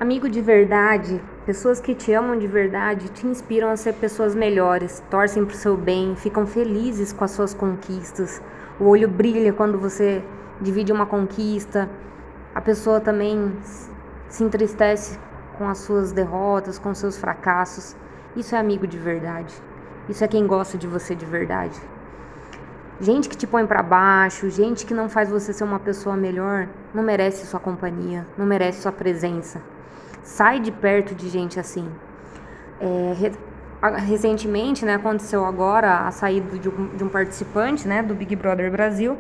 Amigo de verdade, pessoas que te amam de verdade, te inspiram a ser pessoas melhores, torcem pro seu bem, ficam felizes com as suas conquistas. O olho brilha quando você divide uma conquista. A pessoa também se entristece com as suas derrotas, com os seus fracassos. Isso é amigo de verdade. Isso é quem gosta de você de verdade. Gente que te põe pra baixo, gente que não faz você ser uma pessoa melhor, não merece sua companhia, não merece sua presença. Sai de perto de gente assim. Recentemente, né, aconteceu agora a saída de um participante, né, do Big Brother Brasil.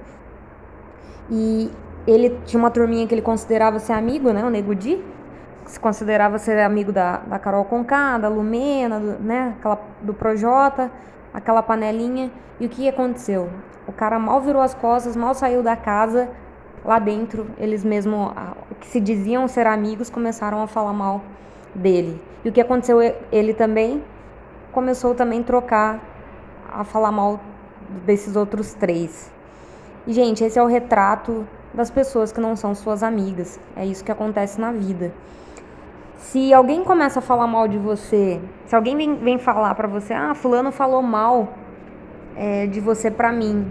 E ele tinha uma turminha que ele considerava ser amigo, né, o Nego Di, se considerava ser amigo da Carol Conká, da Lumena, né, do Projota, aquela panelinha. E o que aconteceu? O cara mal virou as costas, mal saiu da casa. Lá dentro, eles mesmo, que se diziam ser amigos, começaram a falar mal dele. E o que aconteceu? Ele também começou também a trocar, a falar mal desses outros três. E, gente, esse é o retrato das pessoas que não são suas amigas. É isso que acontece na vida. Se alguém começa a falar mal de você, se alguém vem falar pra você, fulano falou mal de você pra mim,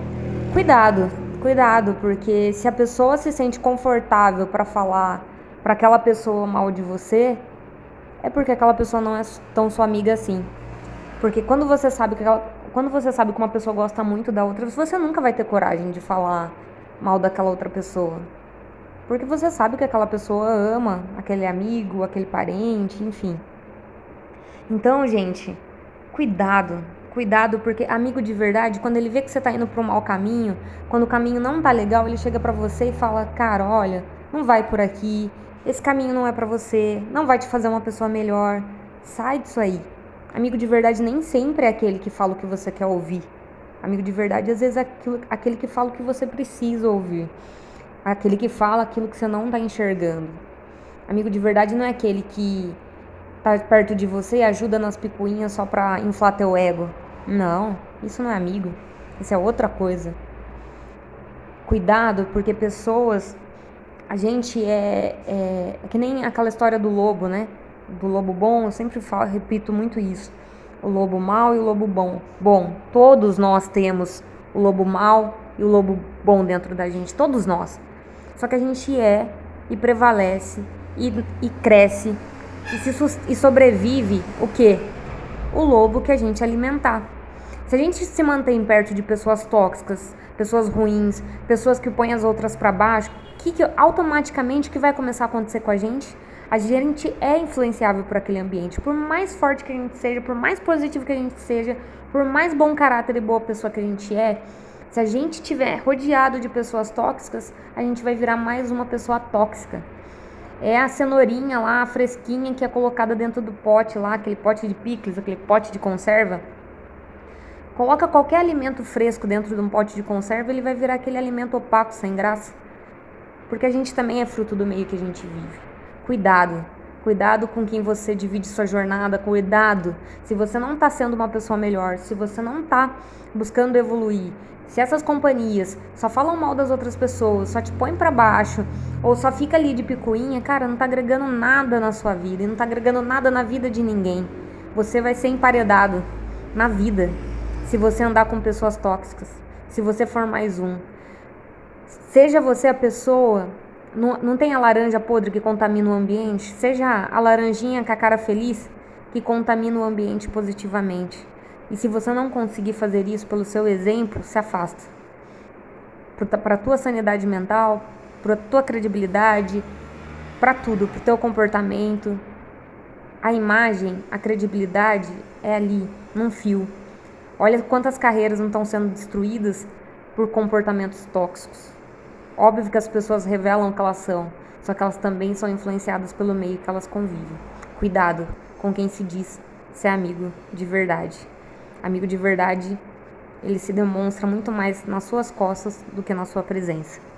cuidado, porque se a pessoa se sente confortável pra falar pra aquela pessoa mal de você, é porque aquela pessoa não é tão sua amiga assim. Porque quando você sabe que uma pessoa gosta muito da outra, você nunca vai ter coragem de falar mal daquela outra pessoa. Porque você sabe que aquela pessoa ama aquele amigo, aquele parente, enfim. Então, gente, cuidado, porque amigo de verdade, quando ele vê que você tá indo pro mau caminho, quando o caminho não tá legal, ele chega pra você e fala: cara, olha, não vai por aqui, esse caminho não é pra você, não vai te fazer uma pessoa melhor, sai disso aí. Amigo de verdade nem sempre é aquele que fala o que você quer ouvir. Amigo de verdade, às vezes, é aquele que fala o que você precisa ouvir. Aquele que fala aquilo que você não tá enxergando. Amigo de verdade não é aquele que tá perto de você e ajuda nas picuinhas só pra inflar teu ego. Não, isso não é amigo. Isso é outra coisa. Cuidado, porque pessoas... A gente é que nem aquela história do lobo, né? Do lobo bom, eu sempre repito muito isso. O lobo mau e o lobo bom. Bom, todos nós temos o lobo mau e o lobo bom dentro da gente. Todos nós. Só que a gente e prevalece e cresce e sobrevive o quê? O lobo que a gente alimentar. Se a gente se mantém perto de pessoas tóxicas, pessoas ruins, pessoas que põem as outras para baixo, automaticamente o que vai começar a acontecer com a gente? A gente é influenciável por aquele ambiente. Por mais forte que a gente seja, por mais positivo que a gente seja, por mais bom caráter e boa pessoa que a gente se a gente estiver rodeado de pessoas tóxicas, a gente vai virar mais uma pessoa tóxica. É a cenourinha lá, a fresquinha que é colocada dentro do pote lá, aquele pote de picles, aquele pote de conserva. Coloca qualquer alimento fresco dentro de um pote de conserva, ele vai virar aquele alimento opaco, sem graça. Porque a gente também é fruto do meio que a gente vive. Cuidado com quem você divide sua jornada, cuidado se você não está sendo uma pessoa melhor, se você não está buscando evoluir, se essas companhias só falam mal das outras pessoas, só te põem para baixo, ou só fica ali de picuinha, cara, não tá agregando nada na sua vida, e não tá agregando nada na vida de ninguém. Você vai ser emparedado na vida se você andar com pessoas tóxicas, se você for mais um. Seja você a pessoa... Não tem a laranja podre que contamina o ambiente? Seja a laranjinha com a cara feliz que contamina o ambiente positivamente. E se você não conseguir fazer isso pelo seu exemplo, se afasta. Para a tua sanidade mental, para a tua credibilidade, para tudo, para o teu comportamento. A imagem, a credibilidade é ali, num fio. Olha quantas carreiras não estão sendo destruídas por comportamentos tóxicos. Óbvio que as pessoas revelam o que elas são, só que elas também são influenciadas pelo meio que elas convivem. Cuidado com quem se diz ser amigo de verdade. Amigo de verdade, ele se demonstra muito mais nas suas costas do que na sua presença.